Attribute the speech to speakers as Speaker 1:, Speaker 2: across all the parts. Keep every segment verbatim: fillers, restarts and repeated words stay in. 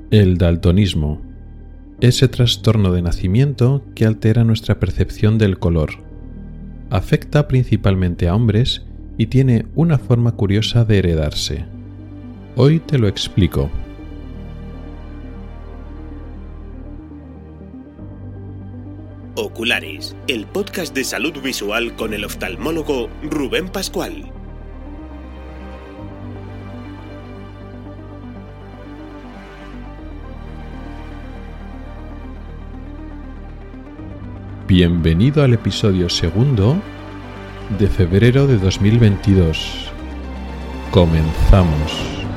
Speaker 1: El daltonismo, ese trastorno de nacimiento que altera nuestra percepción del color. Afecta principalmente a hombres y tiene una forma curiosa de heredarse. Hoy te lo explico.
Speaker 2: Oculares, el podcast de salud visual con el oftalmólogo Rubén Pascual.
Speaker 1: Bienvenido al episodio segundo de febrero de dos mil veintidós. Comenzamos.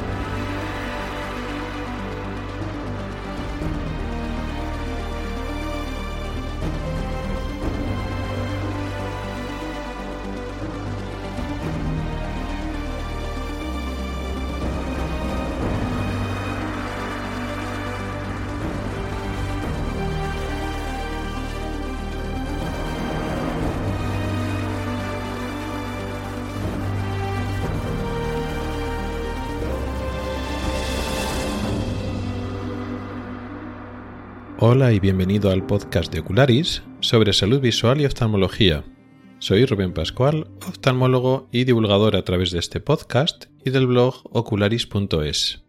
Speaker 1: Hola y bienvenido al podcast de Ocularis sobre salud visual y oftalmología. Soy Rubén Pascual, oftalmólogo y divulgador a través de este podcast y del blog ocularis punto es.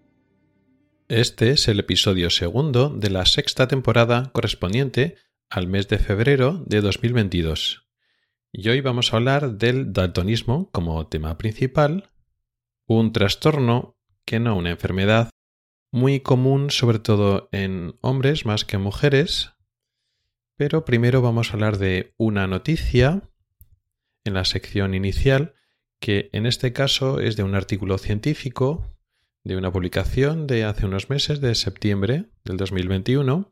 Speaker 1: Este es el episodio segundo de la sexta temporada correspondiente al mes de febrero de dos mil veintidós. Y hoy vamos a hablar del daltonismo como tema principal, un trastorno que no una enfermedad, muy común sobre todo en hombres más que en mujeres, pero primero vamos a hablar de una noticia en la sección inicial que en este caso es de un artículo científico de una publicación de hace unos meses, de septiembre del dos mil veintiuno,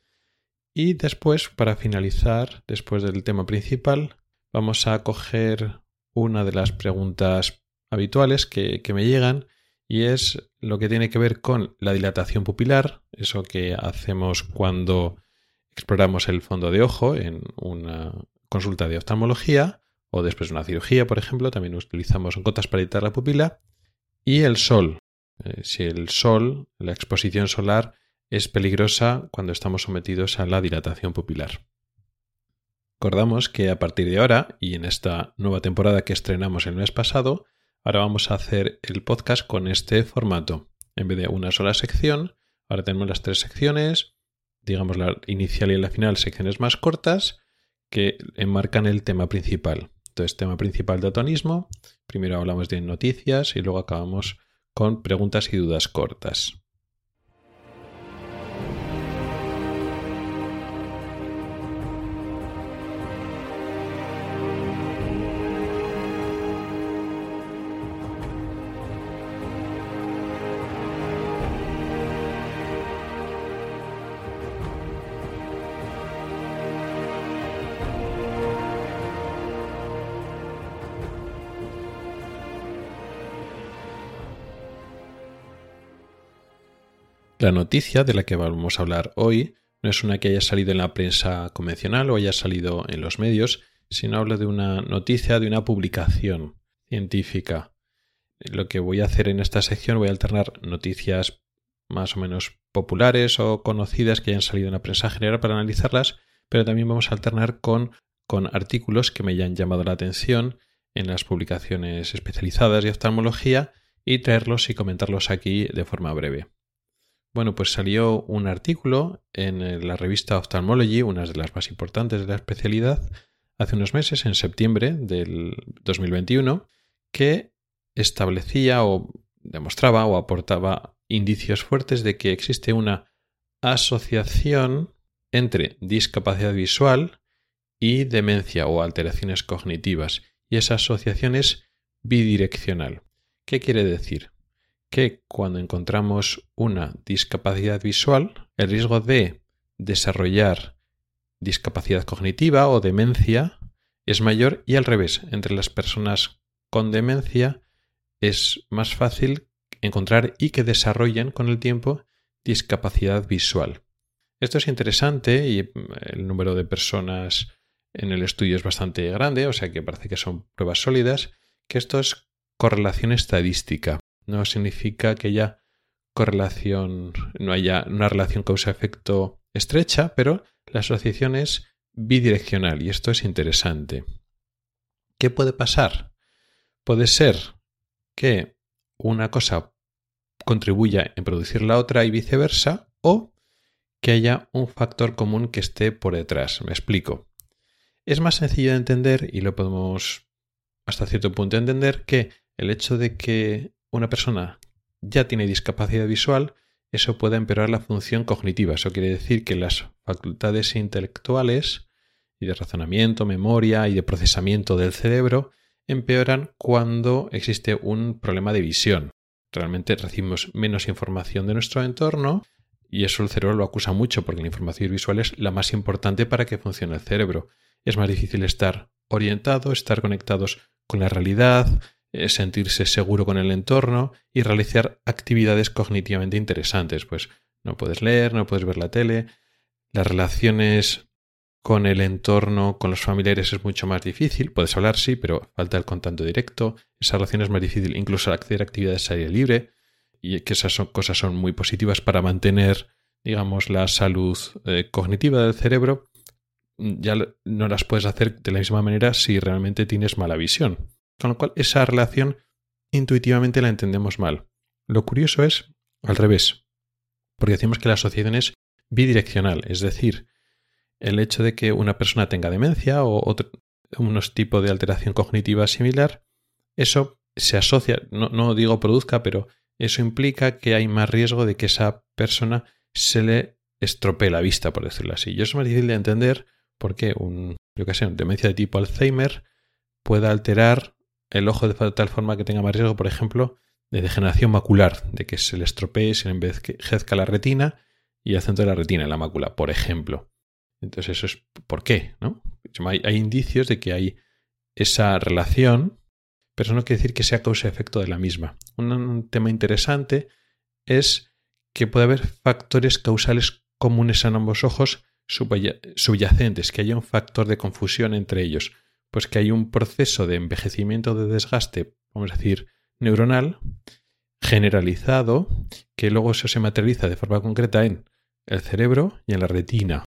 Speaker 1: y después, para finalizar, después del tema principal, vamos a coger una de las preguntas habituales que, que me llegan, y es lo que tiene que ver con la dilatación pupilar, eso que hacemos cuando exploramos el fondo de ojo en una consulta de oftalmología o después de una cirugía, por ejemplo, también utilizamos gotas para dilatar la pupila, y el sol. Eh, si el sol, la exposición solar, es peligrosa cuando estamos sometidos a la dilatación pupilar. Recordamos que a partir de ahora, y en esta nueva temporada que estrenamos el mes pasado, ahora vamos a hacer el podcast con este formato. En vez de una sola sección, ahora tenemos las tres secciones, digamos la inicial y la final, secciones más cortas que enmarcan el tema principal. Entonces, tema principal de daltonismo, primero hablamos de noticias y luego acabamos con preguntas y dudas cortas. La noticia de la que vamos a hablar hoy no es una que haya salido en la prensa convencional o haya salido en los medios, sino habla de una noticia de una publicación científica. Lo que voy a hacer en esta sección, voy a alternar noticias más o menos populares o conocidas que hayan salido en la prensa general para analizarlas, pero también vamos a alternar con, con artículos que me hayan llamado la atención en las publicaciones especializadas de oftalmología y traerlos y comentarlos aquí de forma breve. Bueno, pues salió un artículo en la revista Ophthalmology, una de las más importantes de la especialidad, hace unos meses, en septiembre del dos mil veintiuno, que establecía o demostraba o aportaba indicios fuertes de que existe una asociación entre discapacidad visual y demencia o alteraciones cognitivas. Y esa asociación es bidireccional. ¿Qué quiere decir? Que cuando encontramos una discapacidad visual, el riesgo de desarrollar discapacidad cognitiva o demencia es mayor, y al revés, entre las personas con demencia es más fácil encontrar y que desarrollen con el tiempo discapacidad visual. Esto es interesante y el número de personas en el estudio es bastante grande, o sea que parece que son pruebas sólidas, que esto es correlación estadística. No significa que haya correlación, no haya una relación causa-efecto estrecha, pero la asociación es bidireccional y esto es interesante. ¿Qué puede pasar? Puede ser que una cosa contribuya en producir la otra y viceversa, o que haya un factor común que esté por detrás. Me explico. Es más sencillo de entender, y lo podemos hasta cierto punto entender, que el hecho de que una persona ya tiene discapacidad visual, eso puede empeorar la función cognitiva. Eso quiere decir que las facultades intelectuales y de razonamiento, memoria y de procesamiento del cerebro empeoran cuando existe un problema de visión. Realmente recibimos menos información de nuestro entorno y eso el cerebro lo acusa mucho porque la información visual es la más importante para que funcione el cerebro. Es más difícil estar orientado, estar conectados con la realidad, eh, sentirse seguro con el entorno y realizar actividades cognitivamente interesantes. Pues no puedes leer, no puedes ver la tele, las relaciones con el entorno, con los familiares es mucho más difícil. Puedes hablar, sí, pero falta el contacto directo. Esa relación es más difícil, incluso acceder a actividades al aire libre, y que esas son, cosas son muy positivas para mantener, digamos, la salud eh, cognitiva del cerebro. Ya no las puedes hacer de la misma manera si realmente tienes mala visión. Con lo cual, esa relación intuitivamente la entendemos mal. Lo curioso es al revés, porque decimos que la asociación es bidireccional, es decir, el hecho de que una persona tenga demencia o otro, unos tipos de alteración cognitiva similar, eso se asocia, no, no digo produzca, pero eso implica que hay más riesgo de que esa persona se le estropee la vista, por decirlo así. Y eso es más difícil de entender porque un, yo qué sé, una demencia de tipo Alzheimer pueda alterar el ojo de tal forma que tenga más riesgo, por ejemplo, de degeneración macular, de que se le estropee, se le envejezca la retina y el centro de la retina en la mácula, por ejemplo. Entonces eso es ¿por qué? ¿No? Hay, hay indicios de que hay esa relación, pero eso no quiere decir que sea causa-efecto de la misma. Un, un tema interesante es que puede haber factores causales comunes en ambos ojos subyacentes, que haya un factor de confusión entre ellos. Pues que hay un proceso de envejecimiento, de desgaste, vamos a decir, neuronal, generalizado, que luego eso se materializa de forma concreta en el cerebro y en la retina.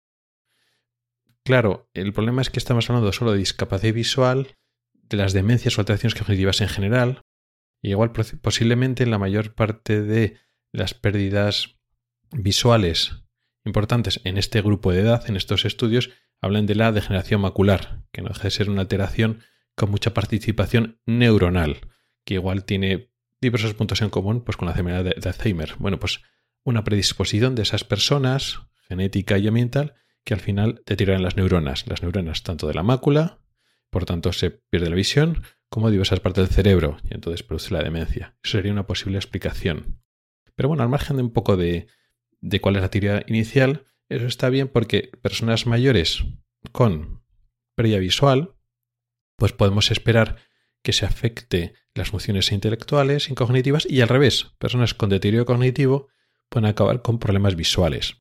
Speaker 1: Claro, el problema es que estamos hablando solo de discapacidad visual, de las demencias o alteraciones cognitivas en general, y igual posiblemente la mayor parte de las pérdidas visuales importantes en este grupo de edad, en estos estudios, hablan de la degeneración macular, que no deja de ser una alteración con mucha participación neuronal, que igual tiene diversos puntos en común pues, con la enfermedad de, de Alzheimer. Bueno, pues una predisposición de esas personas, genética y ambiental, que al final deterioran las neuronas, las neuronas tanto de la mácula, por tanto se pierde la visión, como de diversas partes del cerebro, y entonces produce la demencia. Eso sería una posible explicación. Pero bueno, al margen de un poco de, de cuál es la teoría inicial, eso está bien porque personas mayores con pérdida visual, pues podemos esperar que se afecte las funciones intelectuales y cognitivas, y al revés, personas con deterioro cognitivo pueden acabar con problemas visuales.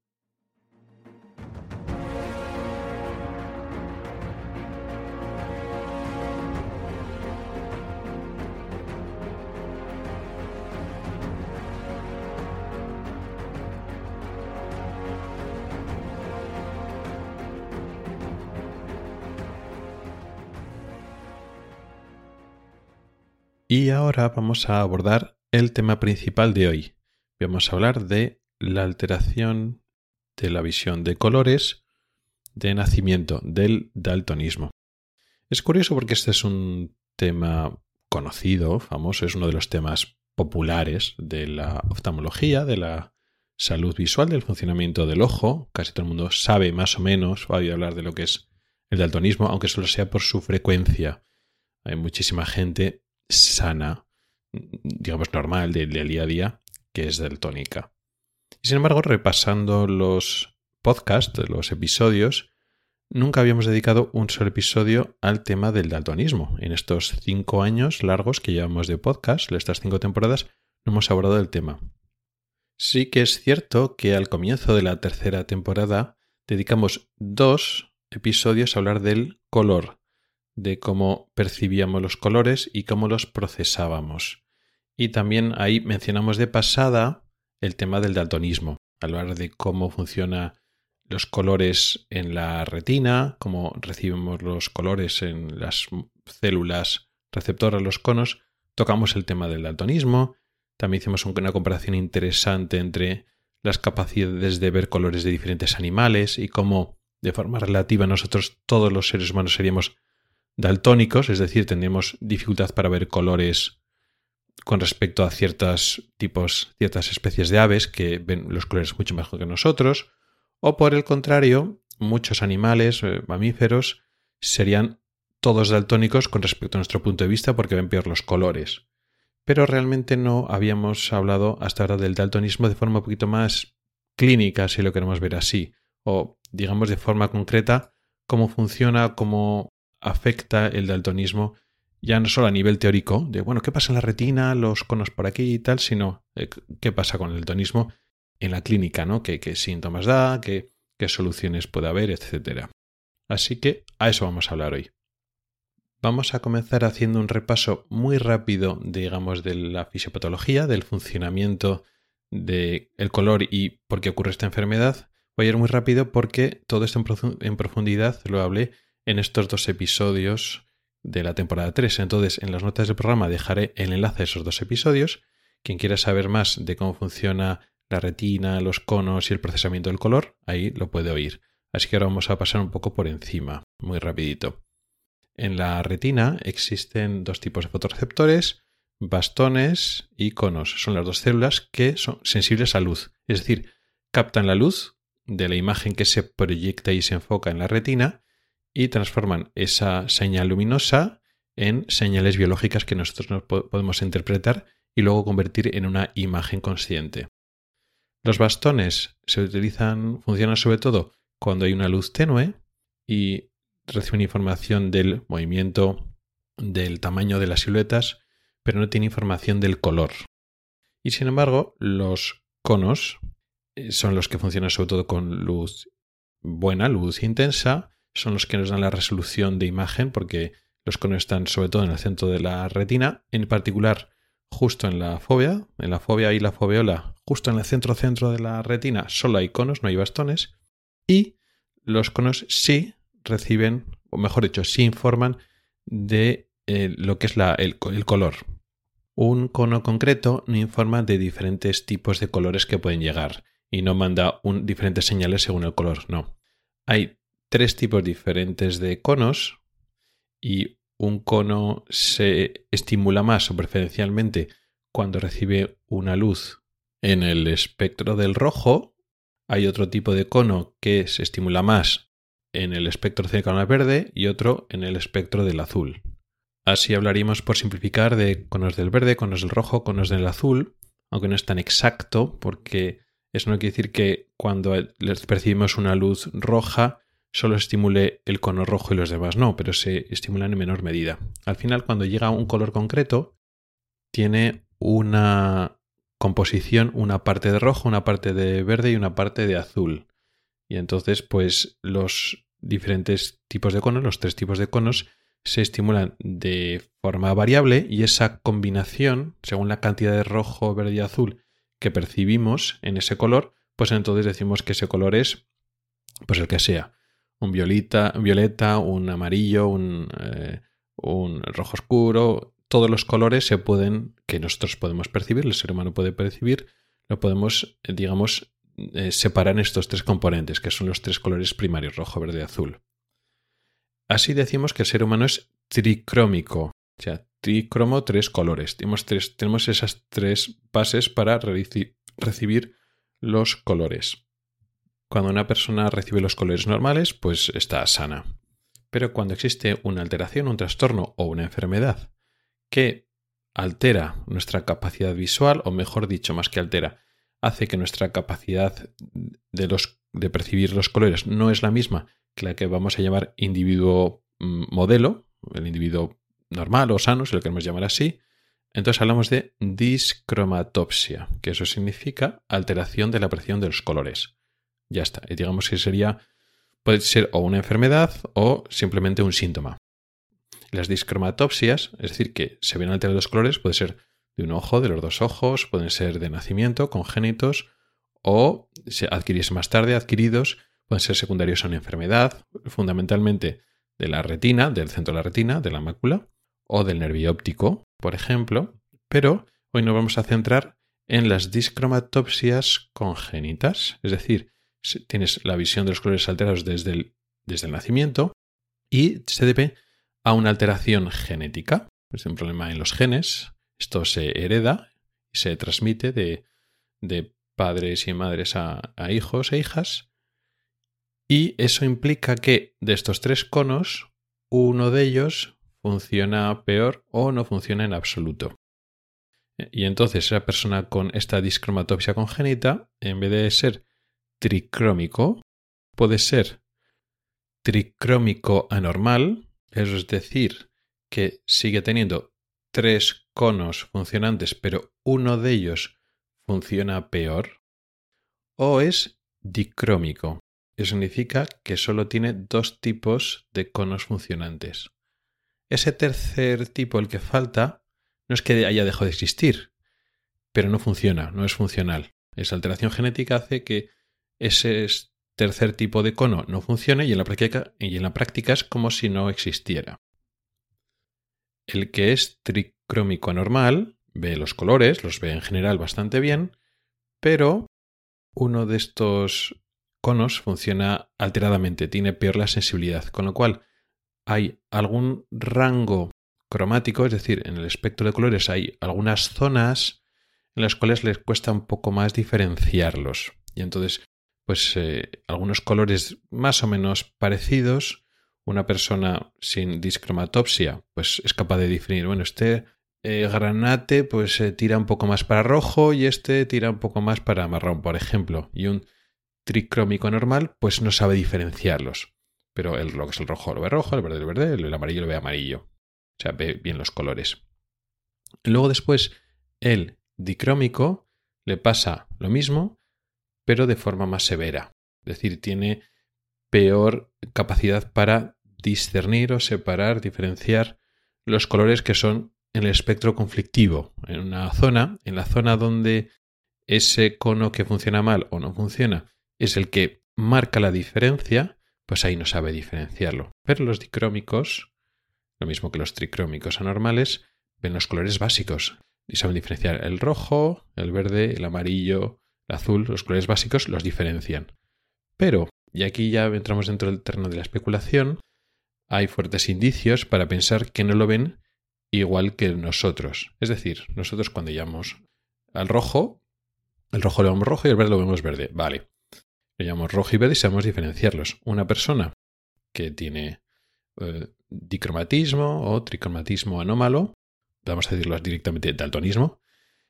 Speaker 1: Y ahora vamos a abordar el tema principal de hoy. Vamos a hablar de la alteración de la visión de colores de nacimiento, del daltonismo. Es curioso porque este es un tema conocido, famoso, es uno de los temas populares de la oftalmología, de la salud visual, del funcionamiento del ojo. Casi todo el mundo sabe más o menos, va a oír hablar de lo que es el daltonismo, aunque solo sea por su frecuencia. Hay muchísima gente sana, digamos normal, del día a día, que es daltónica. Y sin embargo, repasando los podcasts, los episodios, nunca habíamos dedicado un solo episodio al tema del daltonismo. En estos cinco años largos que llevamos de podcast, estas cinco temporadas, no hemos abordado el tema. Sí que es cierto que al comienzo de la tercera temporada dedicamos dos episodios a hablar del color, de cómo percibíamos los colores y cómo los procesábamos. Y también ahí mencionamos de pasada el tema del daltonismo, hablar de cómo funcionan los colores en la retina, cómo recibimos los colores en las células receptoras, los conos. Tocamos el tema del daltonismo. También hicimos una comparación interesante entre las capacidades de ver colores de diferentes animales y cómo, de forma relativa, nosotros, todos los seres humanos, seríamos daltónicos, es decir, tendríamos dificultad para ver colores con respecto a ciertos tipos, ciertas especies de aves que ven los colores mucho mejor que nosotros. O por el contrario, muchos animales, eh, mamíferos, serían todos daltónicos con respecto a nuestro punto de vista porque ven peor los colores. Pero realmente no habíamos hablado hasta ahora del daltonismo de forma un poquito más clínica, si lo queremos ver así, o digamos de forma concreta, cómo funciona, cómo afecta el daltonismo, ya no solo a nivel teórico, de bueno, ¿qué pasa en la retina, los conos por aquí y tal?, sino eh, qué pasa con el daltonismo en la clínica, ¿no? ¿Qué, qué síntomas da? ¿Qué, qué soluciones puede haber? Etcétera. Así que a eso vamos a hablar hoy. Vamos a comenzar haciendo un repaso muy rápido, digamos, de la fisiopatología, del funcionamiento del color y por qué ocurre esta enfermedad. Voy a ir muy rápido porque todo esto en profundidad lo hablé en estos dos episodios de la temporada tres. Entonces, en las notas del programa dejaré el enlace a esos dos episodios. Quien quiera saber más de cómo funciona la retina, los conos y el procesamiento del color, ahí lo puede oír. Así que ahora vamos a pasar un poco por encima, muy rapidito. En la retina existen dos tipos de fotorreceptores, bastones y conos. Son las dos células que son sensibles a luz, es decir, captan la luz de la imagen que se proyecta y se enfoca en la retina y transforman esa señal luminosa en señales biológicas que nosotros no podemos interpretar y luego convertir en una imagen consciente. Los bastones se utilizan, funcionan sobre todo cuando hay una luz tenue y reciben información del movimiento, del tamaño de las siluetas, pero no tiene información del color. Y sin embargo, los conos son los que funcionan sobre todo con luz buena, luz intensa, son los que nos dan la resolución de imagen porque los conos están sobre todo en el centro de la retina, en particular justo en la fóvea, en la fóvea y la foveola, justo en el centro-centro de la retina, solo hay conos, no hay bastones, y los conos sí reciben, o mejor dicho, sí informan de eh, lo que es la, el, el color. Un cono concreto no informa de diferentes tipos de colores que pueden llegar y no manda un, diferentes señales según el color, no. Hay tres tipos diferentes de conos y un cono se estimula más o preferencialmente cuando recibe una luz en el espectro del rojo. Hay otro tipo de cono que se estimula más en el espectro cercano al verde y otro en el espectro del azul. Así hablaríamos, por simplificar, de conos del verde, conos del rojo, conos del azul, aunque no es tan exacto porque eso no quiere decir que cuando percibimos una luz roja solo estimule el cono rojo y los demás no, pero se estimulan en menor medida. Al final, cuando llega a un color concreto, tiene una composición, una parte de rojo, una parte de verde y una parte de azul. Y entonces, pues los diferentes tipos de conos, los tres tipos de conos, se estimulan de forma variable y esa combinación, según la cantidad de rojo, verde y azul que percibimos en ese color, pues entonces decimos que ese color es pues el que sea. Un violeta, violeta, un amarillo, un, eh, un rojo oscuro. Todos los colores se pueden, que nosotros podemos percibir, el ser humano puede percibir, lo podemos, digamos, eh, separar en estos tres componentes, que son los tres colores primarios, rojo, verde y azul. Así decimos que el ser humano es tricrómico, o sea, tricromo, tres colores. Tenemos, tres, tenemos esas tres bases para re- recibir los colores. Cuando una persona recibe los colores normales, pues está sana. Pero cuando existe una alteración, un trastorno o una enfermedad que altera nuestra capacidad visual, o mejor dicho, más que altera, hace que nuestra capacidad de, los, de percibir los colores no es la misma que la que vamos a llamar individuo modelo, el individuo normal o sano, si lo queremos llamar así, entonces hablamos de discromatopsia, que eso significa alteración de la percepción de los colores. Ya está. Y digamos que sería, puede ser o una enfermedad o simplemente un síntoma. Las discromatopsias, es decir, que se ven alterados los colores, puede ser de un ojo, de los dos ojos, pueden ser de nacimiento, congénitos, o si adquiriese más tarde, adquiridos, pueden ser secundarios a una enfermedad, fundamentalmente de la retina, del centro de la retina, de la mácula, o del nervio óptico, por ejemplo, pero hoy nos vamos a centrar en las discromatopsias congénitas, es decir, tienes la visión de los colores alterados desde el, desde el nacimiento y se debe a una alteración genética, es un problema en los genes, esto se hereda y se transmite de, de padres y madres a, a hijos e hijas, y eso implica que de estos tres conos, uno de ellos funciona peor o no funciona en absoluto. Y entonces esa persona con esta discromatopsia congénita, en vez de ser tricrómico, puede ser tricrómico anormal, es decir, que sigue teniendo tres conos funcionantes, pero uno de ellos funciona peor, o es dicrómico. Eso significa que solo tiene dos tipos de conos funcionantes. Ese tercer tipo, el que falta, no es que haya dejado de existir, pero no funciona, no es funcional. Esa alteración genética hace que ese tercer tipo de cono no funcione y en la práctica, y en la práctica es como si no existiera. El que es tricrómico anormal ve los colores, los ve en general bastante bien, pero uno de estos conos funciona alteradamente, tiene peor la sensibilidad, con lo cual hay algún rango cromático, es decir, en el espectro de colores hay algunas zonas en las cuales les cuesta un poco más diferenciarlos. Y entonces, pues eh, algunos colores más o menos parecidos, una persona sin discromatopsia, pues es capaz de definir, bueno, este eh, granate pues eh, tira un poco más para rojo y este tira un poco más para marrón, por ejemplo. Y un tricrómico normal, pues no sabe diferenciarlos. Pero el, lo que es el rojo lo ve rojo, el verde lo verde, el amarillo lo ve amarillo. O sea, ve bien los colores. Luego después, el dicrómico le pasa lo mismo, pero de forma más severa. Es decir, tiene peor capacidad para discernir o separar, diferenciar los colores que son en el espectro conflictivo. En una zona, en la zona donde ese cono que funciona mal o no funciona es el que marca la diferencia, pues ahí no sabe diferenciarlo. Pero los dicrómicos, lo mismo que los tricrómicos anormales, ven los colores básicos y saben diferenciar el rojo, el verde, el amarillo, el azul. Los colores básicos los diferencian. Pero, y aquí ya entramos dentro del terreno de la especulación, hay fuertes indicios para pensar que no lo ven igual que nosotros. Es decir, nosotros cuando llamamos al rojo, el rojo lo vemos rojo y el verde lo vemos verde. Vale. Lo llamamos rojo y verde y sabemos diferenciarlos. Una persona que tiene eh, dicromatismo o tricromatismo anómalo, vamos a decirlo directamente daltonismo,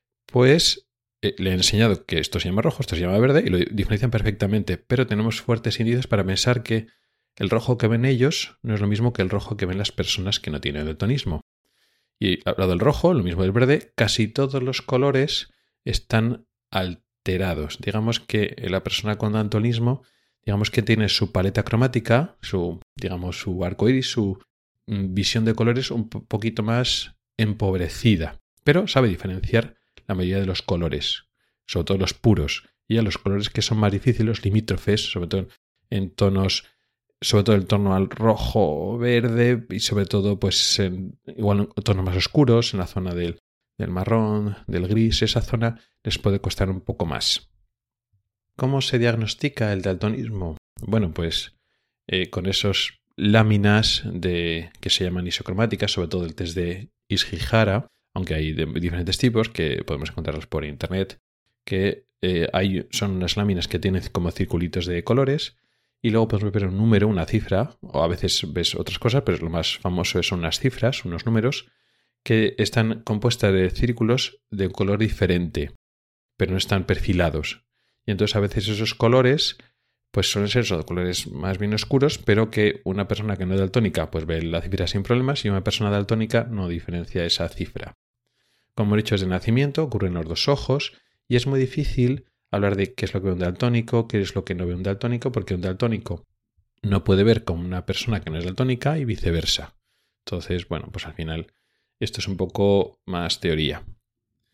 Speaker 1: pues eh, le he enseñado que esto se llama rojo, esto se llama verde y lo diferencian perfectamente, pero tenemos fuertes indicios para pensar que el rojo que ven ellos no es lo mismo que el rojo que ven las personas que no tienen daltonismo. Y hablado del rojo, lo mismo del verde, casi todos los colores están alterados. Digamos que la persona con daltonismo, digamos que tiene su paleta cromática, su, digamos, su arco iris, su visión de colores un poquito más empobrecida, pero sabe diferenciar la mayoría de los colores, sobre todo los puros, y a los colores que son más difíciles, los limítrofes, sobre todo en tonos, sobre todo en torno al rojo, verde y sobre todo pues en, igual en tonos más oscuros, en la zona del, del marrón, del gris, esa zona les puede costar un poco más. ¿Cómo se diagnostica el daltonismo? Bueno, pues eh, con esos láminas de, que se llaman isocromáticas, sobre todo el test de Ishihara, aunque hay de diferentes tipos que podemos encontrarlos por internet, que eh, hay, son unas láminas que tienen como circulitos de colores y luego podemos ver un número, una cifra, o a veces ves otras cosas, pero lo más famoso son unas cifras, unos números, que están compuestas de círculos de un color diferente, pero no están perfilados. Y entonces a veces esos colores pues suelen ser esos colores más bien oscuros, pero que una persona que no es daltónica pues ve la cifra sin problemas y una persona daltónica no diferencia esa cifra. Como he dicho, es de nacimiento, ocurre en los dos ojos y es muy difícil hablar de qué es lo que ve un daltónico, qué es lo que no ve un daltónico, porque un daltónico no puede ver como una persona que no es daltónica y viceversa. Entonces, bueno, pues al final esto es un poco más teoría.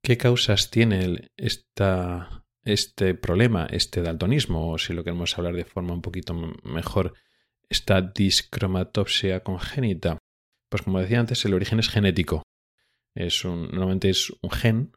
Speaker 1: ¿Qué causas tiene el, esta, este problema, este daltonismo? O si lo queremos hablar de forma un poquito mejor, esta discromatopsia congénita. Pues como decía antes, el origen es genético. Es un, normalmente es un gen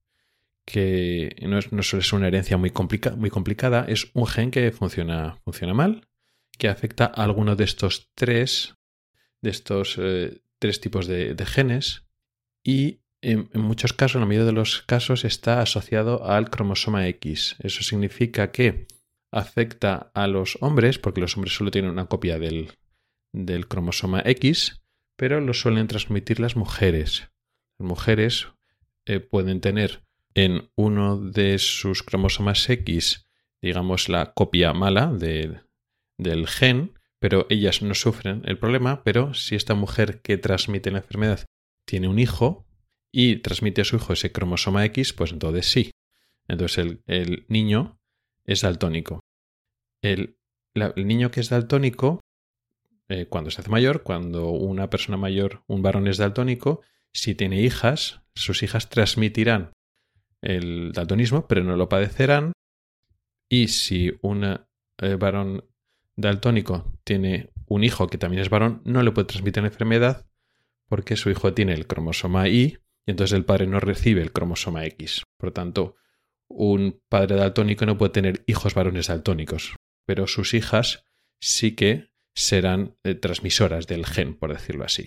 Speaker 1: que no, es, no suele ser una herencia muy, complica, muy complicada, es un gen que funciona, funciona mal, que afecta a alguno de estos tres, de estos eh, tres tipos de, de genes y en, en muchos casos, en la mayoría de los casos, está asociado al cromosoma X. Eso significa que afecta a los hombres, porque los hombres solo tienen una copia del, del cromosoma X, pero lo suelen transmitir las mujeres. Las mujeres eh, pueden tener en uno de sus cromosomas X, digamos, la copia mala de, del gen, pero ellas no sufren el problema, pero si esta mujer que transmite la enfermedad tiene un hijo y transmite a su hijo ese cromosoma X, pues entonces sí. Entonces el, el niño es daltónico. El, la, el niño que es daltónico, eh, cuando se hace mayor, cuando una persona mayor, un varón es daltónico, si tiene hijas, sus hijas transmitirán el daltonismo, pero no lo padecerán. Y si un eh, varón daltónico tiene un hijo que también es varón, no le puede transmitir la enfermedad porque su hijo tiene el cromosoma Y y entonces el padre no recibe el cromosoma X. Por lo tanto, un padre daltónico no puede tener hijos varones daltónicos, pero sus hijas sí que serán eh, transmisoras del gen, por decirlo así.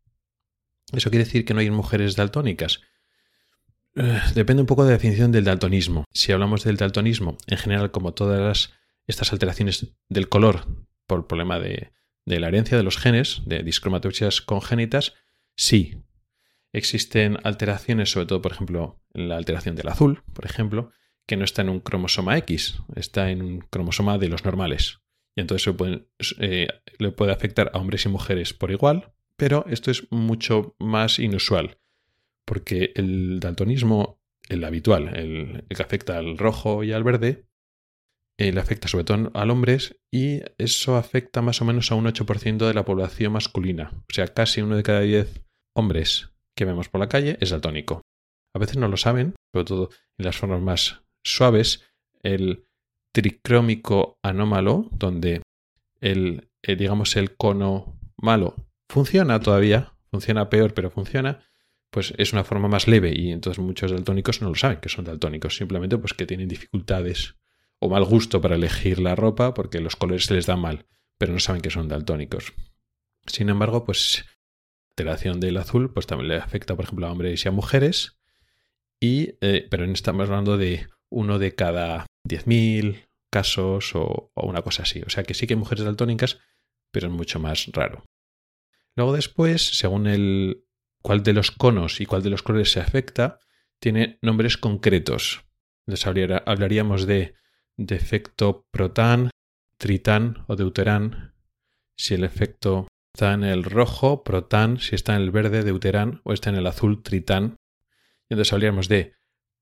Speaker 1: ¿Eso quiere decir que no hay mujeres daltónicas? Depende un poco de la definición del daltonismo. Si hablamos del daltonismo, en general, como todas las, estas alteraciones del color por el problema de, de la herencia de los genes, de discromatopsias congénitas, sí. Existen alteraciones, sobre todo, por ejemplo, la alteración del azul, por ejemplo, que no está en un cromosoma X, está en un cromosoma de los normales. Y entonces se puede, eh, le puede afectar a hombres y mujeres por igual, pero esto es mucho más inusual. Porque el daltonismo, el habitual, el, el que afecta al rojo y al verde, eh, le afecta sobre todo a los hombres y eso afecta más o menos a un ocho por ciento de la población masculina. O sea, casi uno de cada diez hombres que vemos por la calle es daltónico. A veces no lo saben, sobre todo en las formas más suaves, el tricrómico anómalo, donde el, eh, digamos, el cono malo funciona todavía, funciona peor, pero funciona, pues es una forma más leve y entonces muchos daltónicos no lo saben que son daltónicos, simplemente pues que tienen dificultades o mal gusto para elegir la ropa porque los colores se les dan mal, pero no saben que son daltónicos. Sin embargo, pues la alteración del azul pues también le afecta, por ejemplo, a hombres y a mujeres, y, eh, pero estamos hablando de uno de cada diez mil casos o, o una cosa así. O sea que sí que hay mujeres daltónicas, pero es mucho más raro. Luego después, según el cuál de los conos y cuál de los colores se afecta, tiene nombres concretos. Entonces hablaríamos de defecto protán, tritán o deuterán. Si el efecto está en el rojo, protán. Si está en el verde, deuterán. O está en el azul, tritán. Y entonces hablaríamos de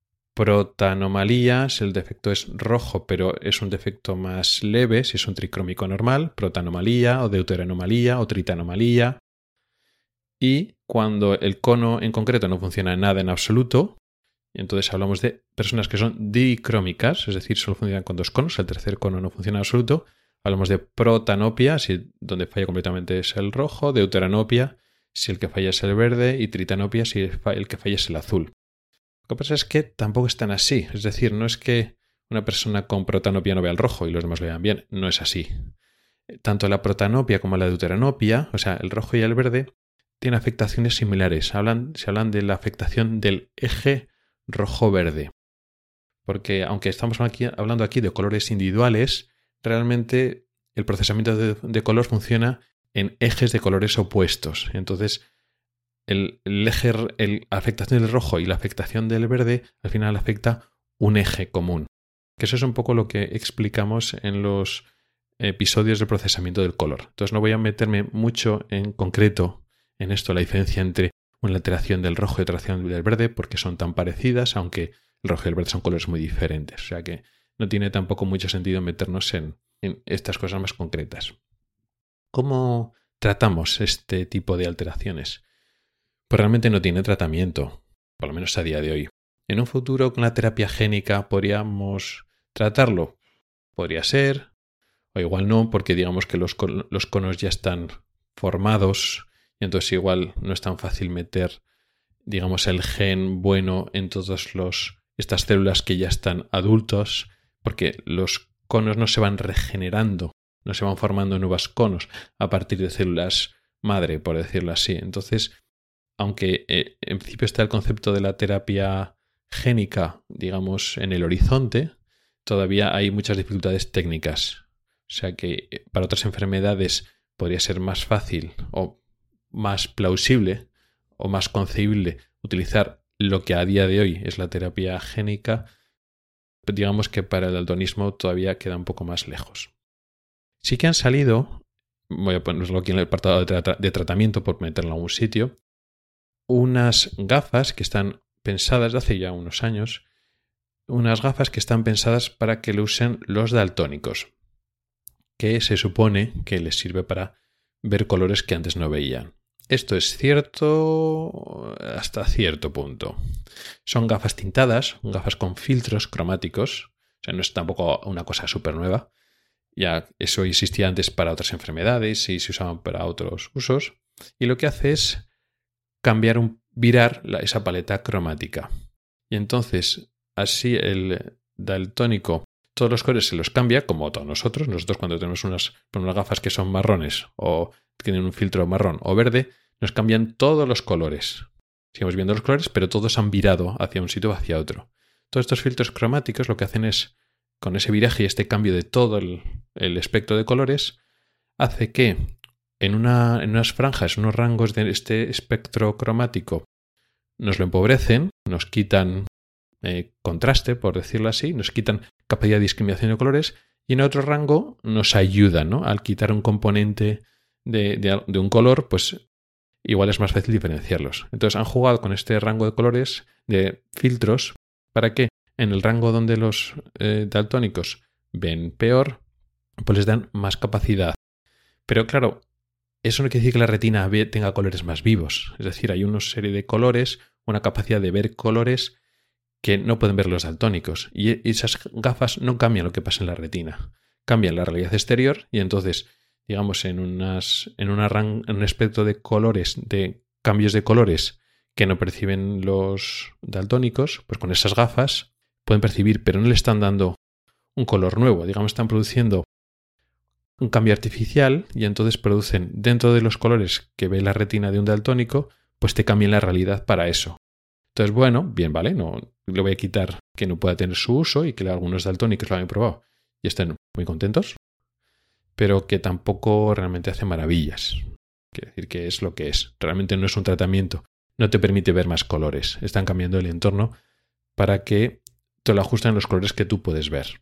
Speaker 1: protanomalía, si el defecto es rojo, pero es un defecto más leve, si es un tricrómico normal, protanomalía o deuteranomalía o tritanomalía. Y cuando el cono en concreto no funciona en nada en absoluto, entonces hablamos de personas que son dicrómicas, es decir, solo funcionan con dos conos, el tercer cono no funciona en absoluto. Hablamos de protanopia, si donde falla completamente es el rojo, deuteranopia, si el que falla es el verde, y tritanopia, si el que falla es el azul. Lo que pasa es que tampoco es tan así, es decir, no es que una persona con protanopia no vea el rojo y los demás lo vean bien, no es así. Tanto la protanopia como la deuteranopia, o sea, el rojo y el verde, tienen afectaciones similares. Hablan, se hablan de la afectación del eje rojo-verde. Porque aunque estamos aquí, hablando aquí de colores individuales, realmente el procesamiento de, de color funciona en ejes de colores opuestos. Entonces, el, el eje, el, la afectación del rojo y la afectación del verde al final afecta un eje común. Que eso es un poco lo que explicamos en los episodios del procesamiento del color. Entonces no voy a meterme mucho en concreto en esto, la diferencia entre una alteración del rojo y otra alteración del verde, porque son tan parecidas, aunque el rojo y el verde son colores muy diferentes. O sea que no tiene tampoco mucho sentido meternos en, en estas cosas más concretas. ¿Cómo tratamos este tipo de alteraciones? Pues realmente no tiene tratamiento, por lo menos a día de hoy. ¿En un futuro con la terapia génica podríamos tratarlo? Podría ser, o igual no, porque digamos que los, con- los conos ya están formados y entonces igual no es tan fácil meter, digamos, el gen bueno en todas los, estas células que ya están adultos, porque los conos no se van regenerando, no se van formando nuevos conos a partir de células madre, por decirlo así. Entonces, aunque eh, en principio está el concepto de la terapia génica, digamos, en el horizonte, todavía hay muchas dificultades técnicas. O sea que eh, para otras enfermedades podría ser más fácil o más plausible o más concebible utilizar lo que a día de hoy es la terapia génica. Digamos que para el daltonismo todavía queda un poco más lejos. Sí que han salido, voy a ponerlo aquí en el apartado de, tra- de tratamiento por meterlo en algún sitio, unas gafas que están pensadas de hace ya unos años, unas gafas que están pensadas para que lo usen los daltónicos, que se supone que les sirve para ver colores que antes no veían. Esto es cierto hasta cierto punto. Son gafas tintadas, gafas con filtros cromáticos, o sea, no es tampoco una cosa súper nueva. Ya eso existía antes para otras enfermedades y se usaban para otros usos. Y lo que hace es cambiar un, virar la, esa paleta cromática. Y entonces, así el daltónico, todos los colores se los cambia, como todos nosotros. Nosotros cuando tenemos unas, unas gafas que son marrones o tienen un filtro marrón o verde, nos cambian todos los colores. Seguimos viendo los colores, pero todos han virado hacia un sitio o hacia otro. Todos estos filtros cromáticos lo que hacen es, con ese viraje y este cambio de todo el, el espectro de colores, hace que en, una, en unas franjas, unos rangos de este espectro cromático, nos lo empobrecen, nos quitan eh, contraste, por decirlo así, nos quitan capacidad de discriminación de colores, y en otro rango nos ayudan, ¿no? Al quitar un componente de, de, de un color, pues igual es más fácil diferenciarlos. Entonces han jugado con este rango de colores, de filtros, para que en el rango donde los eh, daltónicos ven peor, pues les dan más capacidad. Pero claro, eso no quiere decir que la retina tenga colores más vivos. Es decir, hay una serie de colores, una capacidad de ver colores que no pueden ver los daltónicos. Y esas gafas no cambian lo que pasa en la retina. Cambian la realidad exterior y entonces, digamos, en, unas, en, una ran, en un espectro de colores, de cambios de colores que no perciben los daltónicos, pues con esas gafas pueden percibir, pero no le están dando un color nuevo. Digamos, están produciendo un cambio artificial y entonces producen dentro de los colores que ve la retina de un daltónico, pues te cambian la realidad para eso. Entonces, bueno, bien, vale, no le voy a quitar que no pueda tener su uso y que algunos daltónicos lo hayan probado y estén muy contentos, pero que tampoco realmente hace maravillas. Quiere decir que es lo que es. Realmente no es un tratamiento. No te permite ver más colores. Están cambiando el entorno para que te lo ajusten los colores que tú puedes ver.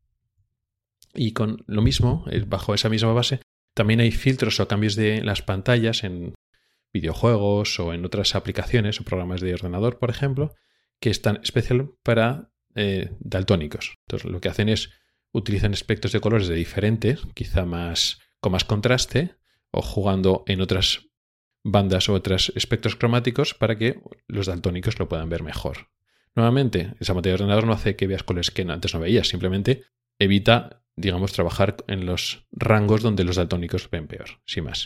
Speaker 1: Y con lo mismo, bajo esa misma base, también hay filtros o cambios de las pantallas en videojuegos o en otras aplicaciones o programas de ordenador, por ejemplo, que están especial para eh, daltónicos. Entonces, lo que hacen es utilizan espectros de colores de diferentes, quizá más con más contraste, o jugando en otras bandas o otros espectros cromáticos para que los daltónicos lo puedan ver mejor. Nuevamente, esa pantalla de ordenador no hace que veas colores que antes no veías, simplemente evita, digamos, trabajar en los rangos donde los daltónicos ven peor, sin más.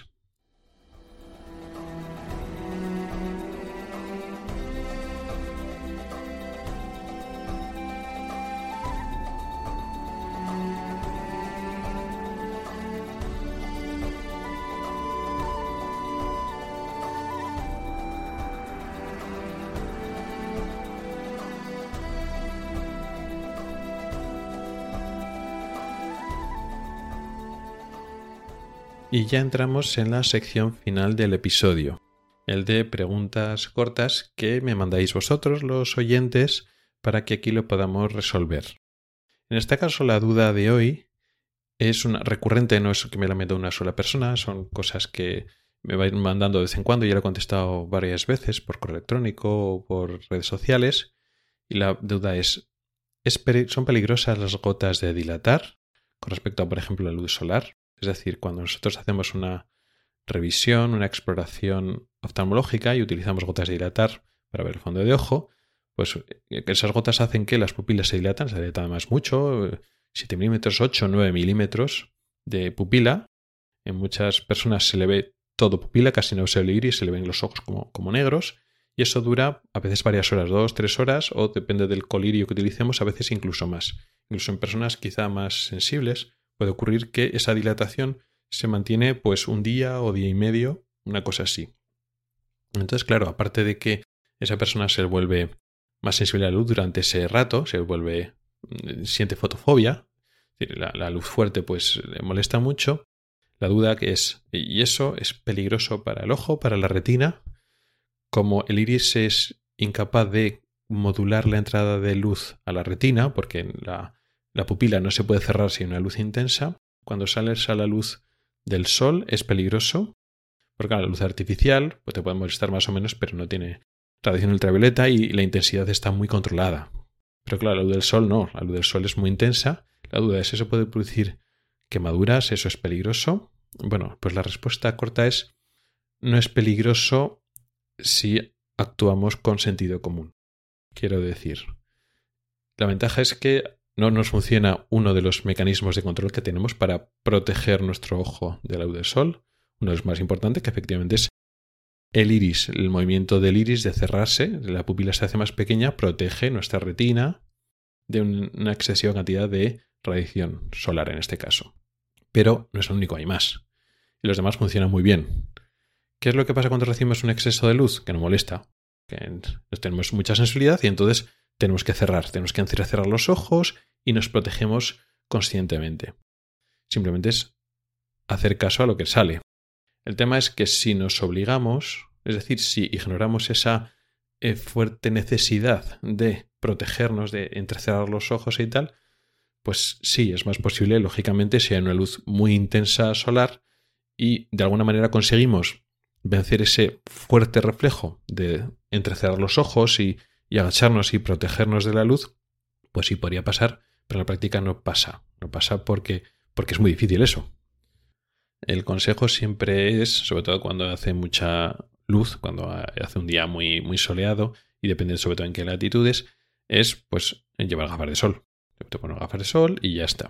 Speaker 1: Y ya entramos en la sección final del episodio, el de preguntas cortas que me mandáis vosotros, los oyentes, para que aquí lo podamos resolver. En este caso, la duda de hoy es una recurrente, no es que me la meta una sola persona, son cosas que me van mandando de vez en cuando, ya lo he contestado varias veces por correo electrónico o por redes sociales, y la duda es, ¿es peri- ¿son peligrosas las gotas de dilatar con respecto a, por ejemplo, la luz solar? Es decir, cuando nosotros hacemos una revisión, una exploración oftalmológica y utilizamos gotas de dilatar para ver el fondo de ojo, pues esas gotas hacen que las pupilas se dilatan, se dilatan más mucho, siete milímetros, ocho, nueve milímetros de pupila. En muchas personas se le ve todo pupila, casi no se ve el iris, se le ven los ojos como, como negros, y eso dura a veces varias horas, dos, tres horas, o depende del colirio que utilicemos, a veces incluso más. Incluso en personas quizá más sensibles puede ocurrir que esa dilatación se mantiene pues un día o día y medio, una cosa así. Entonces, claro, aparte de que esa persona se vuelve más sensible a la luz durante ese rato, se vuelve, siente fotofobia, la, la luz fuerte pues le molesta mucho. La duda que es, y eso es peligroso para el ojo, para la retina, como el iris es incapaz de modular la entrada de luz a la retina, porque la, la pupila no se puede cerrar sin una luz intensa. Cuando sales a la luz del sol es peligroso, porque la luz artificial pues te puede molestar más o menos, pero no tiene radiación ultravioleta y la intensidad está muy controlada. Pero claro, la luz del sol no, la luz del sol es muy intensa. La duda es, ¿eso puede producir quemaduras? ¿Eso es peligroso? Bueno, pues la respuesta corta es, no es peligroso si actuamos con sentido común. Quiero decir, la ventaja es que no nos funciona uno de los mecanismos de control que tenemos para proteger nuestro ojo de la luz del sol. Uno de los más importantes, que efectivamente es el iris. El movimiento del iris de cerrarse, la pupila se hace más pequeña, protege nuestra retina de una excesiva cantidad de radiación solar en este caso. Pero no es el único, hay más. Y los demás funcionan muy bien. ¿Qué es lo que pasa cuando recibimos un exceso de luz? Que nos molesta. Que tenemos mucha sensibilidad y entonces tenemos que cerrar. Tenemos que cerrar los ojos y nos protegemos conscientemente. Simplemente es hacer caso a lo que sale. El tema es que si nos obligamos, es decir, si ignoramos esa eh, fuerte necesidad de protegernos, de entrecerrar los ojos y tal, pues sí, es más posible, lógicamente, si hay una luz muy intensa solar y de alguna manera conseguimos vencer ese fuerte reflejo de entrecerrar los ojos y, y agacharnos y protegernos de la luz, pues sí podría pasar, pero en la práctica no pasa. No pasa porque, porque es muy difícil eso. El consejo siempre es, sobre todo cuando hace mucha luz, cuando hace un día muy, muy soleado y depende sobre todo en qué latitudes, es pues llevar gafas de sol. Te pones gafas de sol y ya está.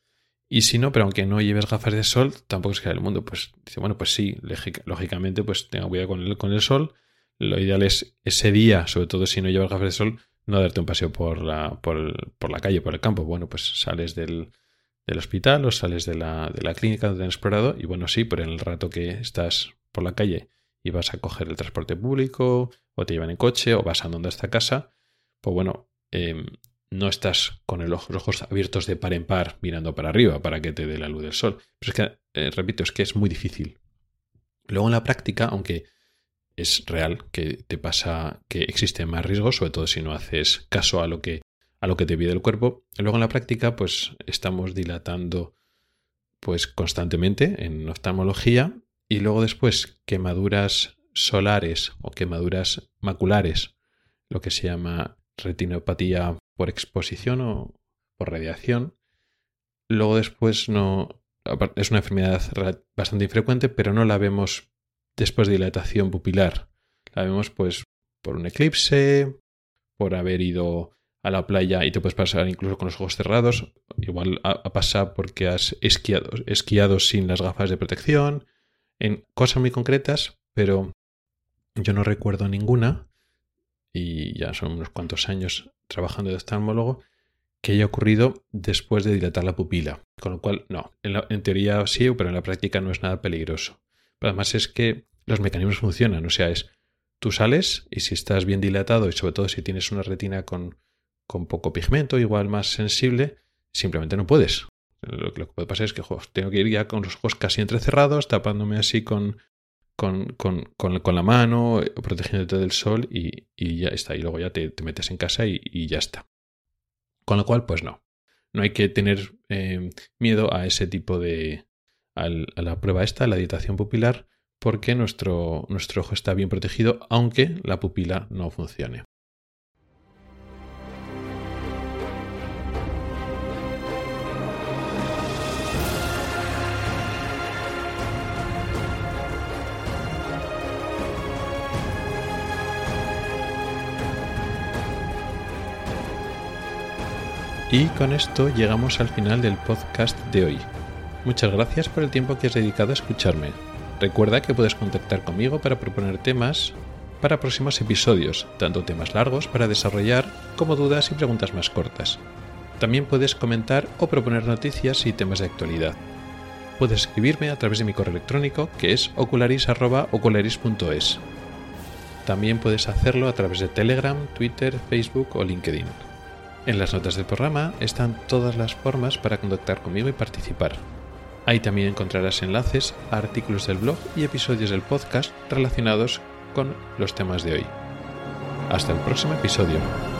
Speaker 1: Y si no, pero aunque no lleves gafas de sol, tampoco es que el mundo, pues dice, bueno, pues sí, lógicamente, pues tenga cuidado con el, con el sol. Lo ideal es ese día, sobre todo si no llevas gafas de sol, no darte un paseo por la, por, el, por la calle, por el campo. Bueno, pues sales del, del hospital o sales de la, de la clínica donde te han explorado y bueno, sí, pero en el rato que estás por la calle y vas a coger el transporte público o te llevan en coche o vas andando hasta casa, pues bueno, eh, no estás con el ojo, los ojos abiertos de par en par mirando para arriba para que te dé la luz del sol. Pero es que, eh, repito, es que es muy difícil. Luego en la práctica, aunque es real que te pasa que existe más riesgo, sobre todo si no haces caso a lo que, a lo que te pide el cuerpo, luego en la práctica pues estamos dilatando pues constantemente en oftalmología y luego después quemaduras solares o quemaduras maculares, lo que se llama retinopatía por exposición o por radiación. Luego después no es una enfermedad bastante infrecuente, pero no la vemos después de dilatación pupilar. La vemos pues por un eclipse, por haber ido a la playa y te puedes pasar incluso con los ojos cerrados. Igual ha, ha pasado porque has esquiado, esquiado sin las gafas de protección, en cosas muy concretas, pero yo no recuerdo ninguna, y ya son unos cuantos años trabajando de oftalmólogo, que haya ocurrido después de dilatar la pupila. Con lo cual, no, en, la, en teoría sí, pero en la práctica no es nada peligroso. Pero además es que los mecanismos funcionan, o sea, es tú sales y si estás bien dilatado y sobre todo si tienes una retina con, con poco pigmento, igual más sensible, simplemente no puedes. Lo, lo que puede pasar es que jo, tengo que ir ya con los ojos casi entrecerrados, tapándome así con, con, con, con, con la mano, protegiéndote del sol y, y ya está. Y luego ya te, te metes en casa y, y ya está. Con lo cual, pues no. No hay que tener eh, miedo a ese tipo de... Al, a la prueba esta, la dilatación pupilar, porque nuestro, nuestro ojo está bien protegido, aunque la pupila no funcione. Y con esto llegamos al final del podcast de hoy. Muchas gracias por el tiempo que has dedicado a escucharme. Recuerda que puedes contactar conmigo para proponer temas para próximos episodios, tanto temas largos para desarrollar como dudas y preguntas más cortas. También puedes comentar o proponer noticias y temas de actualidad. Puedes escribirme a través de mi correo electrónico, que es ocularis arroba ocularis punto es. También puedes hacerlo a través de Telegram, Twitter, Facebook o LinkedIn. En las notas del programa están todas las formas para contactar conmigo y participar. Ahí también encontrarás enlaces a artículos del blog y episodios del podcast relacionados con los temas de hoy. Hasta el próximo episodio.